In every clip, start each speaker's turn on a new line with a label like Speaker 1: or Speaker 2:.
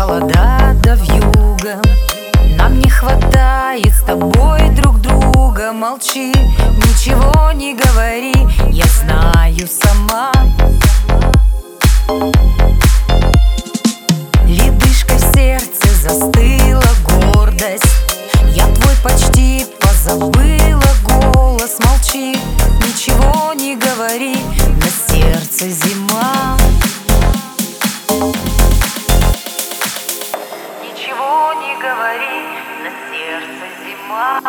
Speaker 1: холода да вьюга. Нам не хватает с тобой друг друга. Молчи, ничего не говори, я знаю сама. Ледышка в сердце застыла гордость. Я твой почти позабыла голос. Молчи, ничего не говори, на сердце зима. Ничего не говори, на сердце зима.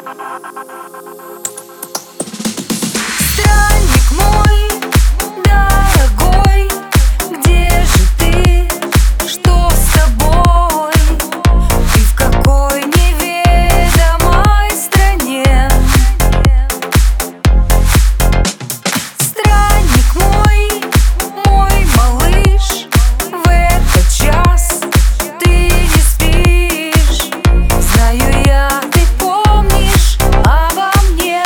Speaker 1: Странник мой, дорогой, где же ты? Что с тобой? Ты в какой неведомой стране? Странник мой, мой малыш, в этот час ты не спишь. Знаю я, ты помнишь обо мне.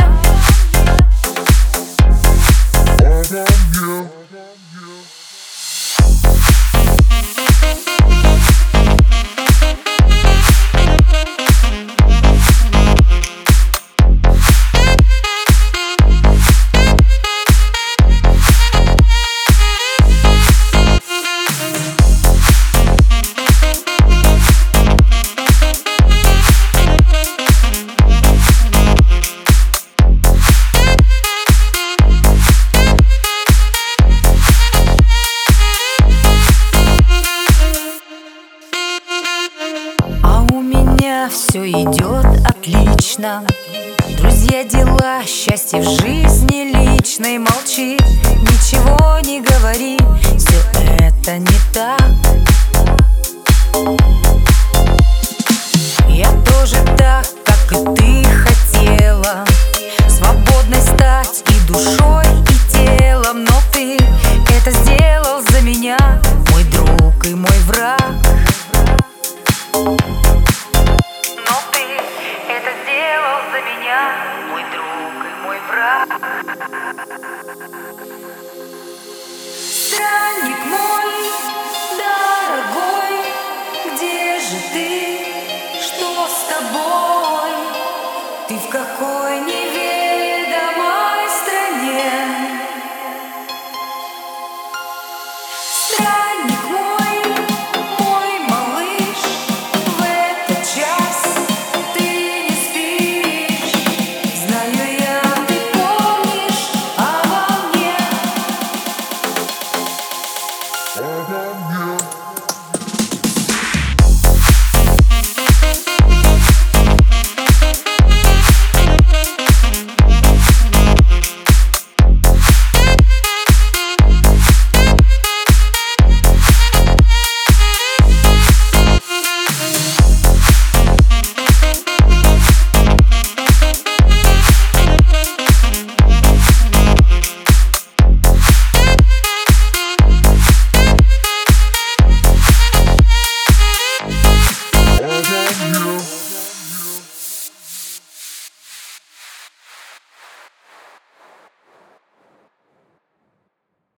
Speaker 1: Все идет отлично. Друзья, дела, счастье в жизни личной. Молчи, ничего не говори, все это не так. Я тоже так, как и ты.